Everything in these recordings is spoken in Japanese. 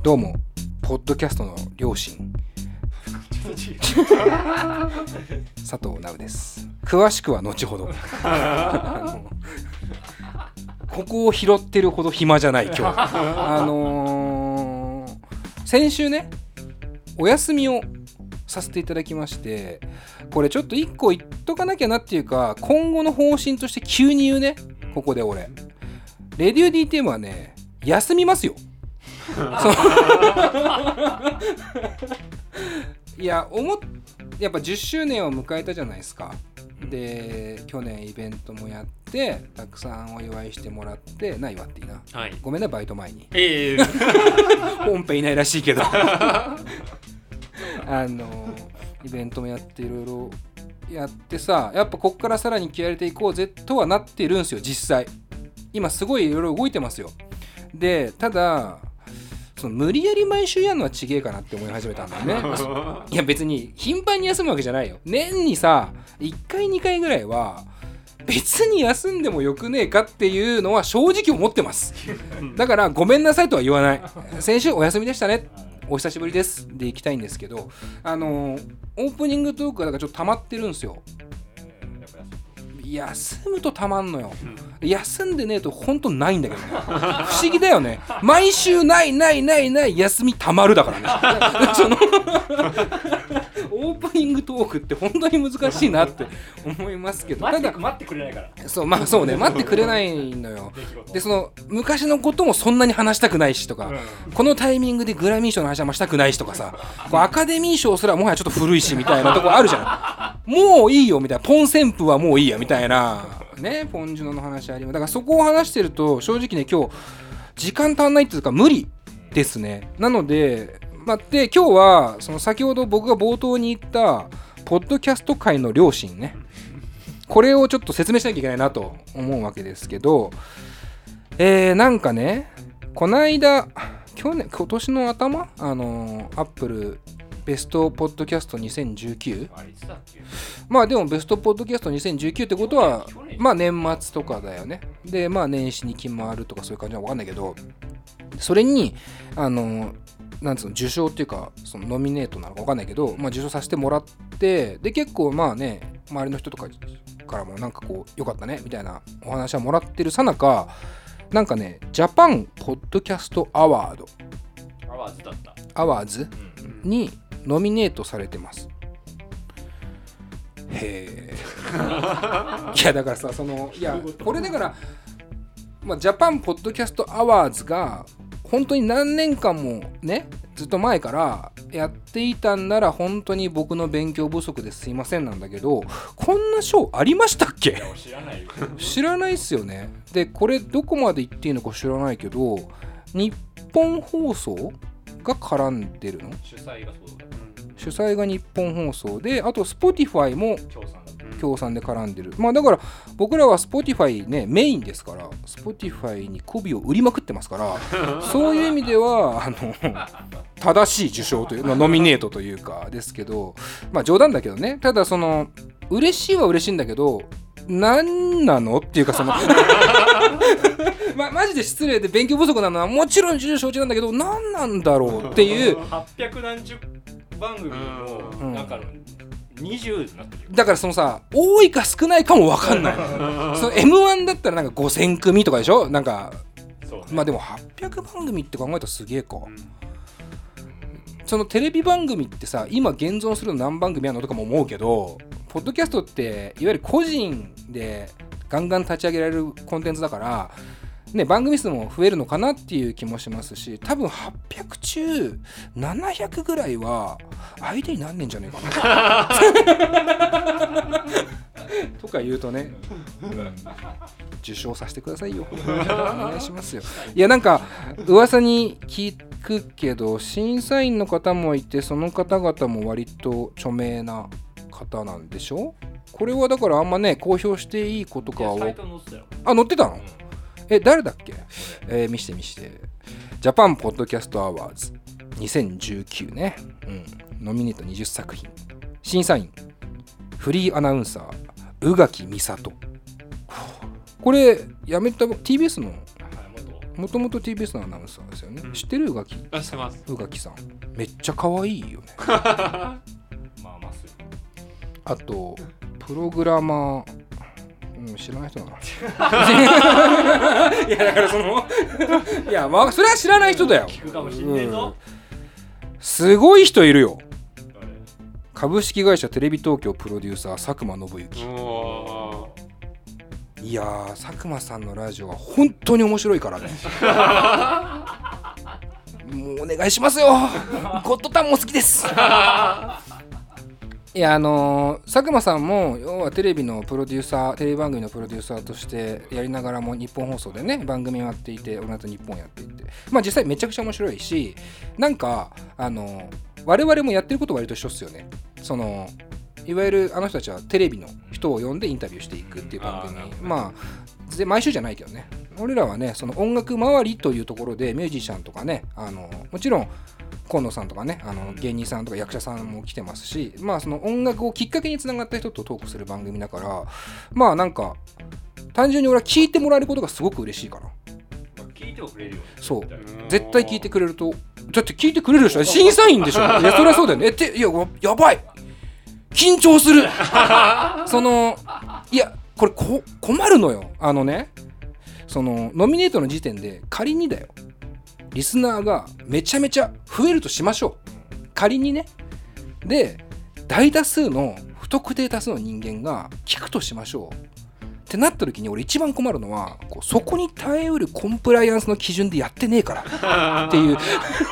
どうもポッドキャストの両親佐藤直です。詳しくは後ほどここを拾ってるほど暇じゃない今日先週ねお休みをさせていただきまして、これちょっと1個言っとかなきゃなっていうか、今後の方針として急に言うね。ここで俺レディオ DTM はね休みますよいややっぱ10周年を迎えたじゃないですか。で去年イベントもやってたくさんお祝いしてもらって祝っていいな、はい、ごめんねバイト前に、本編いないらしいけどイベントもやっていろいろやってさ、やっぱこっからさらに気合い入れていこうぜとはなってるんですよ。実際今すごいいろいろ動いてますよ。でただその無理やり毎週やるのはちげえかなって思い始めたんだよねいや別に頻繁に休むわけじゃないよ。年にさ1回2回ぐらいは別に休んでもよくねえかっていうのは正直思ってますだからごめんなさいとは言わない。先週お休みでしたね、お久しぶりですで行きたいんですけど、オープニングトークがだからちょっと溜まってるんですよ。休むとたまんのよ。休んでねえとほんとないんだけどね不思議だよね。毎週ない休みたまるだからねそのオープニングトークって本当に難しいなって思いますけど、 待ってくれないから。 そうね、待ってくれないのよ。でその昔のこともそんなに話したくないしとか、このタイミングでグラミー賞の話はましたくないしとかさ、こうアカデミー賞すらもはやちょっと古いしみたいなとこあるじゃんもういいよみたいな、ポン旋風はもういいやみたいなね、ポンジュノの話あります。だからそこを話してると正直ね今日時間足んないっていうか無理ですね。なのでで今日はその先ほど僕が冒頭に言ったポッドキャスト界の両親ね、これをちょっと説明しなきゃいけないなと思うわけですけど、なんかねこの間今年の頭アップルベストポッドキャスト2019、でもベストポッドキャスト2019ってことは年末とかだよね。で年始に決まるとかそういう感じは分かんないけど、それになんつうの受賞っていうかそのノミネートなのか分かんないけど、受賞させてもらって、で結構周りの人とかからもなんかこう良かったねみたいなお話はもらってるさなか、なんかねジャパンポッドキャストアワーズにノミネートされてます。へえいやだからさこれだからジャパンポッドキャストアワーズが本当に何年間もねずっと前からやっていたんなら本当に僕の勉強不足ですいませんなんだけど、こんな賞ありましたっけ？知らないっすよね。でこれどこまで言っていいのか知らないけど、日本放送が絡んでるの？主催が日本放送で、あと Spotify も協賛で絡んでる。だから僕らは Spotify ねメインですから、 Spotify に媚びを売りまくってますからそういう意味では正しい受賞というノミネートというかですけど、冗談だけどね。ただその嬉しいは嬉しいんだけど、何なのっていうかそのマジで失礼で勉強不足なのはもちろん重々承知なんだけど、何なんだろうっていう 800何十番組の中の20になってるよ。 だからそのさ多いか少ないかも分かんないその M1 だったらなんか5000組とかでしょ、なんかそうね、でも800番組って考えたらすげえか、そのテレビ番組ってさ今現存するの何番組あるのとかも思うけど、ポッドキャストっていわゆる個人でガンガン立ち上げられるコンテンツだからね、番組数も増えるのかなっていう気もしますし、多分800中700ぐらいは相手になんねんじゃねえかなとか言うとね、受賞させてくださいよお願いしますよ。いやなんか噂に聞くけど審査員の方もいて、その方々も割と著名な方なんでしょ。これはだからあんまね公表していいことかは。 サイト載ってたよ。 載ってたの？誰だっけ？見してジャパンポッドキャストアワーズ2019ね、ノミネート20作品、審査員フリーアナウンサー宇垣美里。これやめた TBS のもともと TBS のアナウンサーですよね、知ってる？宇垣してます。 宇垣さんめっちゃ可愛いよねまあする。 あとプログラマー、知らない人だな。いやだからそのいやまあそれは知らない人だよ。 聞くかもしんねえぞ。 すごい人いるよ。株式会社テレビ東京プロデューサー佐久間信之。いやー佐久間さんのラジオは本当に面白いからね。もうお願いしますよ。ゴッドタンも好きです。いや佐久間さんも要はテレビのプロデューサー、テレビ番組のプロデューサーとしてやりながらも日本放送でね番組をやっていて、オールナイトニッポンやっていて、まあ実際めちゃくちゃ面白いし、なんか我々もやってること割と一緒っすよね。そのいわゆるあの人たちはテレビの人を呼んでインタビューしていくっていう番組、まあ毎週じゃないけどね、俺らはねその音楽周りというところでミュージシャンとかね、もちろん河野さんとかね、芸人さんとか役者さんも来てますし、まあその音楽をきっかけにつながった人とトークする番組だから、まあなんか単純に俺は聞いてもらえることがすごく嬉しいかな。 聞いてもくれるよね。 そう絶対聞いてくれると、だって聞いてくれるでしょ、審査員でしょ。いやそりゃそうだよね。いややばい緊張する。いやこれ困るのよ。そのノミネートの時点で仮にだよ、リスナーがめちゃめちゃ増えるとしましょう。仮にね。で大多数の不特定多数の人間が聞くとしましょうってなった時に、俺一番困るのはそこに耐えうるコンプライアンスの基準でやってねえからっていう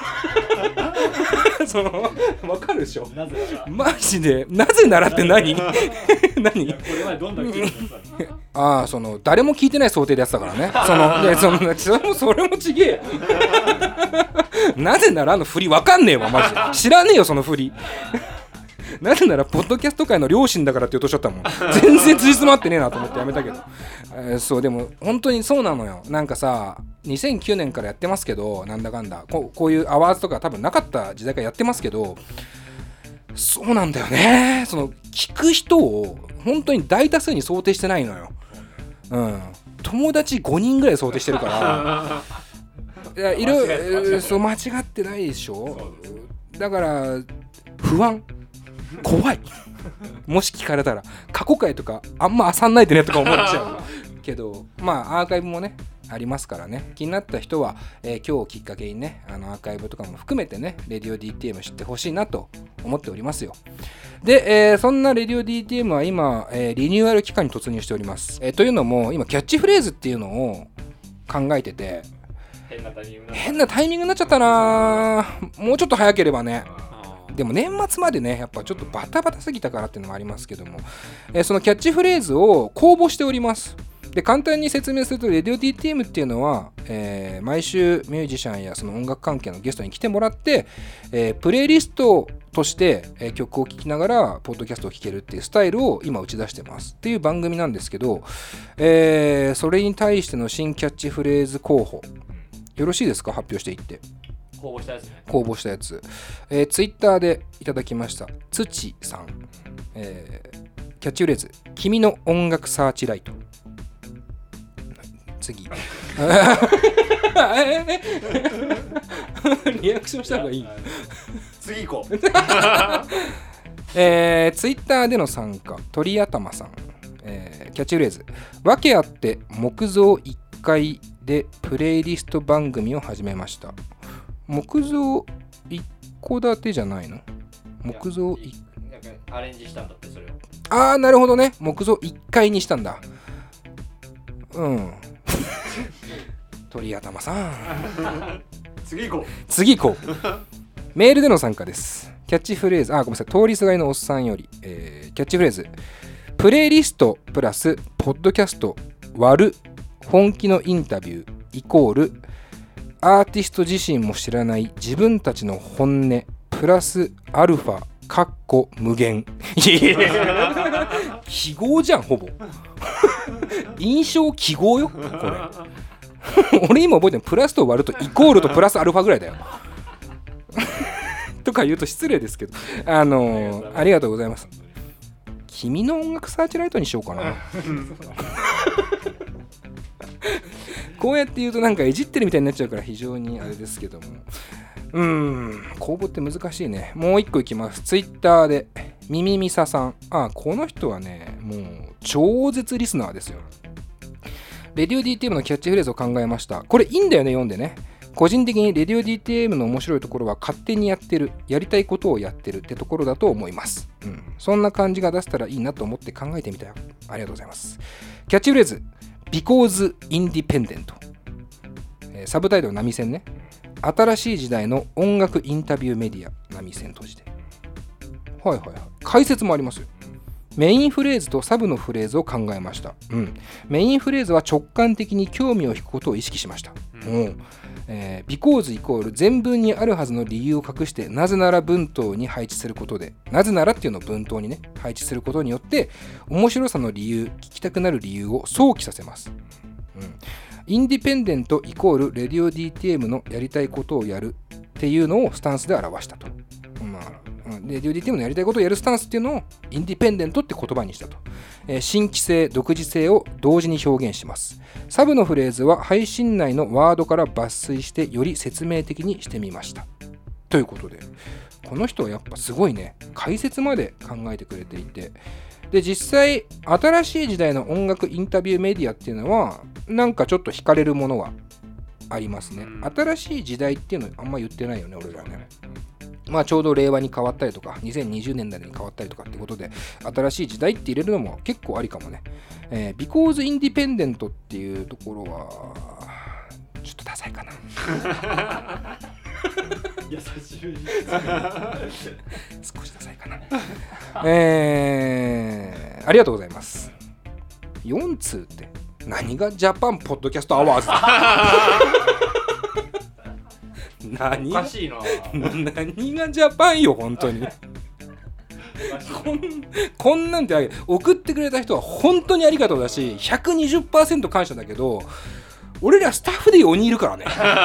その分かるでしょ。 なぜならマジでなぜならって何何？ これまでどんどん聞いてた。 ああ、その誰も聞いてない想定でやってたからね。それもちげえ。なぜならの振り分かんねえわマジで。知らねえよその振り。なぜならポッドキャスト界の両親だからって言うとしちゃったもん。全然つじつまってねえなと思ってやめたけど、そうでも本当にそうなのよ。なんかさ2009年からやってますけど、なんだかんだこういうアワーズとか多分なかった時代からやってますけど、そうなんだよね。その聞く人を本当に大多数に想定してないのよ。友達5人ぐらい想定してるからいやそう間違ってないでしょ。だから不安、怖い。もし聞かれたら過去回とかあんま漁んないでねとか思っちゃうけど、まあアーカイブもねありますからね、気になった人は、今日をきっかけにねアーカイブとかも含めてねレディオ DTM 知ってほしいなと思っておりますよ。で、そんなレディオ DTM は今、リニューアル期間に突入しております。というのも今キャッチフレーズっていうのを考えてて、変なタイミングになっちゃったな。もうちょっと早ければね。でも年末までねやっぱちょっとバタバタすぎたからっていうのもありますけども、そのキャッチフレーズを公募しております。で簡単に説明すると、レディオ DTM っていうのは、毎週ミュージシャンやその音楽関係のゲストに来てもらって、プレイリストとして、曲を聴きながらポッドキャストを聴けるっていうスタイルを今打ち出してますっていう番組なんですけど、それに対しての新キャッチフレーズ候補よろしいですか、発表していって。 公募したやつね。 公募したやつ、ツイッターでいただきましたつちさん、キャッチフレーズ君の音楽サーチライト。次リアクションした方がいい。 次行こう。 ツイッターでの参加鳥頭さん、キャッチフレーズ訳あって木造1階でプレイリスト番組を始めました。木造一戸建てじゃないの？木造なんかアレンジしたんだってそれを。 ああなるほどね。木造1階にしたんだ。鳥頭さん。 次行こう。 次行こう。メールでの参加です。キャッチフレーズ、ごめんなさい、通りすがりのおっさんより、キャッチフレーズプレイリストプラスポッドキャスト割る本気のインタビューイコールアーティスト自身も知らない自分たちの本音プラスアルファかっこ無限。記号じゃんほぼ。印象記号よこれ。俺今覚えてるのプラスと割るとイコールとプラスアルファぐらいだよ。とか言うと失礼ですけど、ありがとうございます。君の音楽サーチライトにしようかな。 こうやって言うとなんかいじってるみたいになっちゃうから非常にあれですけども、公募って難しいね。もう一個いきます。ツイッターでみみみささん、この人はねもう超絶リスナーですよ。レディオ DTM のキャッチフレーズを考えました。これいいんだよね、読んでね。個人的にレディオ DTM の面白いところは勝手にやってる、やりたいことをやってるってところだと思います。そんな感じが出せたらいいなと思って考えてみたよ。ありがとうございます。キャッチフレーズ Because Independent、サブタイトル波線ね。新しい時代の音楽インタビューメディア波線閉じて。解説もありますよ。メインフレーズとサブのフレーズを考えました。メインフレーズは直感的に興味を引くことを意識しました。because イコール全文にあるはずの理由を隠して、なぜなら文頭に配置することで、なぜならっていうのを文頭にね配置することによって面白さの理由、聞きたくなる理由を想起させます。インディペンデントイコールレディオ DTM のやりたいことをやるっていうのをスタンスで表したと。レディオ DTM のやりたいことをやるスタンスっていうのをインディペンデントって言葉にしたと。新規性、独自性を同時に表現します。サブのフレーズは配信内のワードから抜粋してより説明的にしてみました。ということで、この人はやっぱすごいね、解説まで考えてくれていて、で実際新しい時代の音楽インタビューメディアっていうのはなんかちょっと惹かれるものはありますね。新しい時代っていうのあんま言ってないよね、俺らね。ちょうど令和に変わったりとか2020年代に変わったりとかってことで、新しい時代って入れるのも結構ありかもね。Because Independent っていうところはちょっとダサいかな。 優しい少しダサいかな。ありがとうございます。4通って何がジャパンポッドキャストアワーズ何おかしいな。 何がジャパンよ本当に。こんなんて送ってくれた人は本当にありがとうだし 120% 感謝だけど、俺らスタッフで4人いるからね。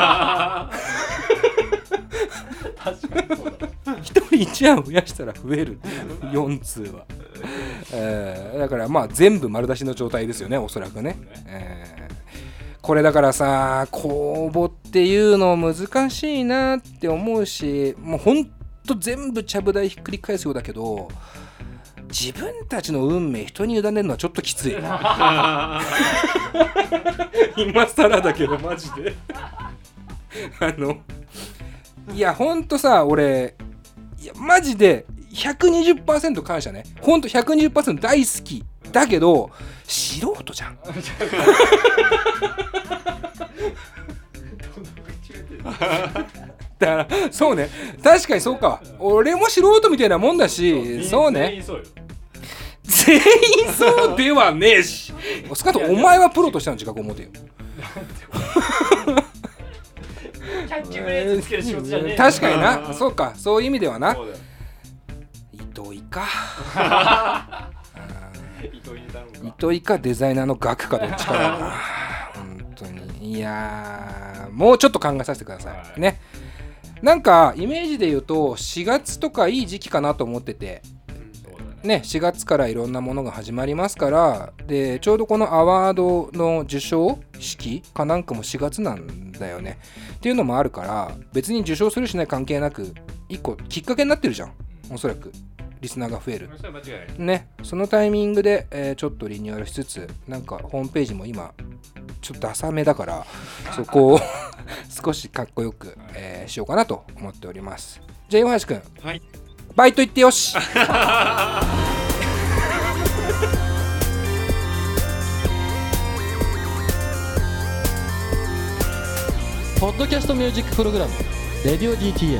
確かにそうだ。 1人1案増やしたら増える4通は、だから全部丸出しの状態ですよね、おそらくね。これだからさ、公募っていうの難しいなって思うし、もうほんと全部ちゃぶ台ひっくり返すようだけど、自分たちの運命人に委ねるのはちょっときつい。今更だけどマジでいやほんとさ、俺マジで 120% 感謝ね。ほんと 120% 大好きだけど素人じゃん。だからそうね、確かにそうか、俺も素人みたいなもんだし、そうね、全員そうではねえし、少なくともお前はプロとしての自覚を持てよ。 キャッチフレーズつける仕事じゃねえ。 確かにな、そうか、そういう意味ではな。糸井か糸井かデザイナーのガクかどっちかだな。本当に。いやもうちょっと考えさせてくださいね。なんかイメージで言うと4月とかいい時期かなと思っててね、4月からいろんなものが始まりますから、でちょうどこのアワードの受賞式かなんかも4月なんだよねっていうのもあるから、別に受賞するしない関係なく一個きっかけになってるじゃん、おそらくリスナーが増えるね。そのタイミングで、ちょっとリニューアルしつつ、なんかホームページも今ちょっとダサめだからそこを少しかっこよく、しようかなと思っております。じゃあ岩橋くん、 はい、 バイト行ってよし。 ポッドキャストミュージックプログラムレディオ DTM。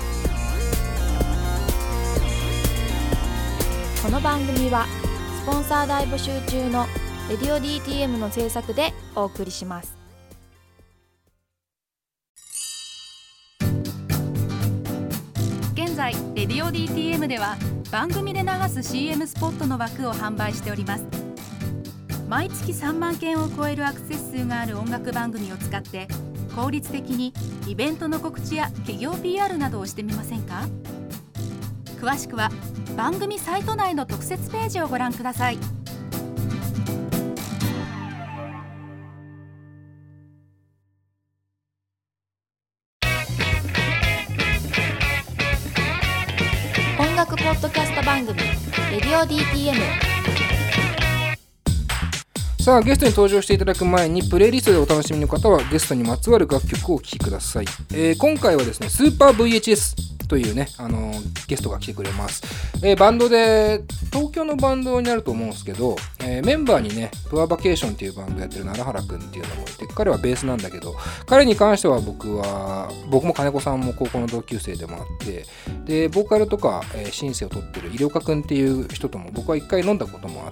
この番組はスポンサー大募集中のレディオ DTM の制作でお送りします。 現在レディオ DTM では番組で流す CM スポットの枠を販売しております。毎月3万件を超えるアクセス数がある音楽番組を使って効率的にイベントの告知や企業 PR などをしてみませんか？詳しくは番組サイト内の特設ページをご覧ください。 ポッドキャスト番組レディオ DTM。 さあゲストに登場していただく前にプレイリストでお楽しみの方はゲストにまつわる楽曲をお聴きください。今回はですねスーパー VHSというね、ゲストが来てくれます。バンドで東京のバンドになると思うんですけど、メンバーにねプアバケーションっていうバンドやってる奈良原くんっていうのもいて、彼はベースなんだけど、彼に関しては僕も金子さんも高校の同級生でもあって、でボーカルとか、シンセを取ってる医療家くんっていう人とも僕は一回飲んだこともあって、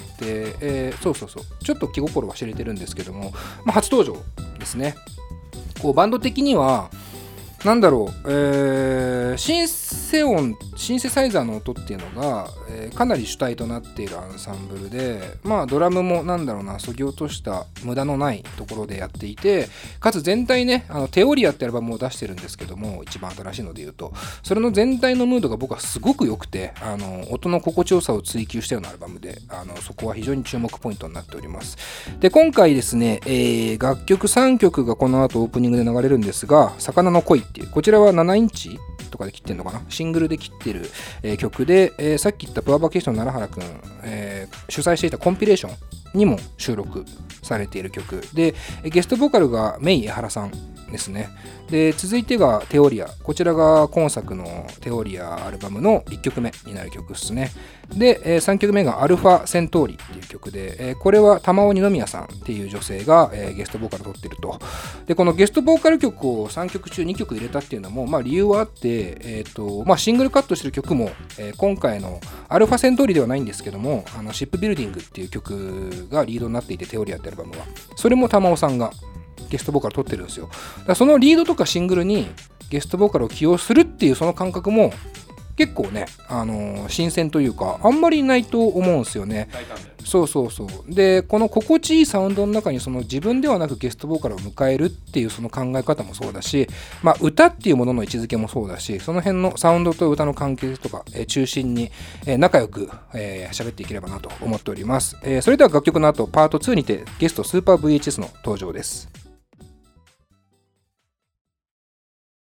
そうちょっと気心は知れてるんですけども、初登場ですね。こうバンド的にはなんだろう、シンセサイザーの音っていうのが、かなり主体となっているアンサンブルで、ドラムもそぎ落とした無駄のないところでやっていて、かつ全体ねテオリアってアルバムを出してるんですけども、一番新しいので言うとそれの全体のムードが僕はすごく良くて、音の心地よさを追求したようなアルバムで、そこは非常に注目ポイントになっております。で今回ですね、楽曲3曲がこの後オープニングで流れるんですが、魚の恋っていう、こちらは7インチとかで切ってるのかな、シングルで切ってる、曲で、さっき言ったプアバケーションの奈良原くん、主催していたコンピレーションにも収録されている曲で、ゲストボーカルがメイ江原さんですね。で続いてがテオリア、こちらが今作のテオリアアルバムの1曲目になる曲ですね。で、3曲目がアルファセントーリっていう曲で、これは玉尾二宮さんっていう女性が、ゲストボーカルを取ってると。でこのゲストボーカル曲を3曲中2曲入れたっていうのも、理由はあって、シングルカットしてる曲も、今回のアルファセントーリではないんですけども、シップビルディングっていう曲がリードになっていて、テオリアってアルバムはそれも玉尾さんがゲストボーカル取ってるんですよ。だからそのリードとかシングルにゲストボーカルを起用するっていうその感覚も結構ね、新鮮というか、あんまりないと思うんですよね。そうでこの心地いいサウンドの中にその自分ではなくゲストボーカルを迎えるっていうその考え方もそうだし、歌っていうものの位置づけもそうだし、その辺のサウンドと歌の関係とか、中心に、仲良く喋っていければなと思っております。それでは楽曲の後パート2にてゲストスーパー VHS の登場です。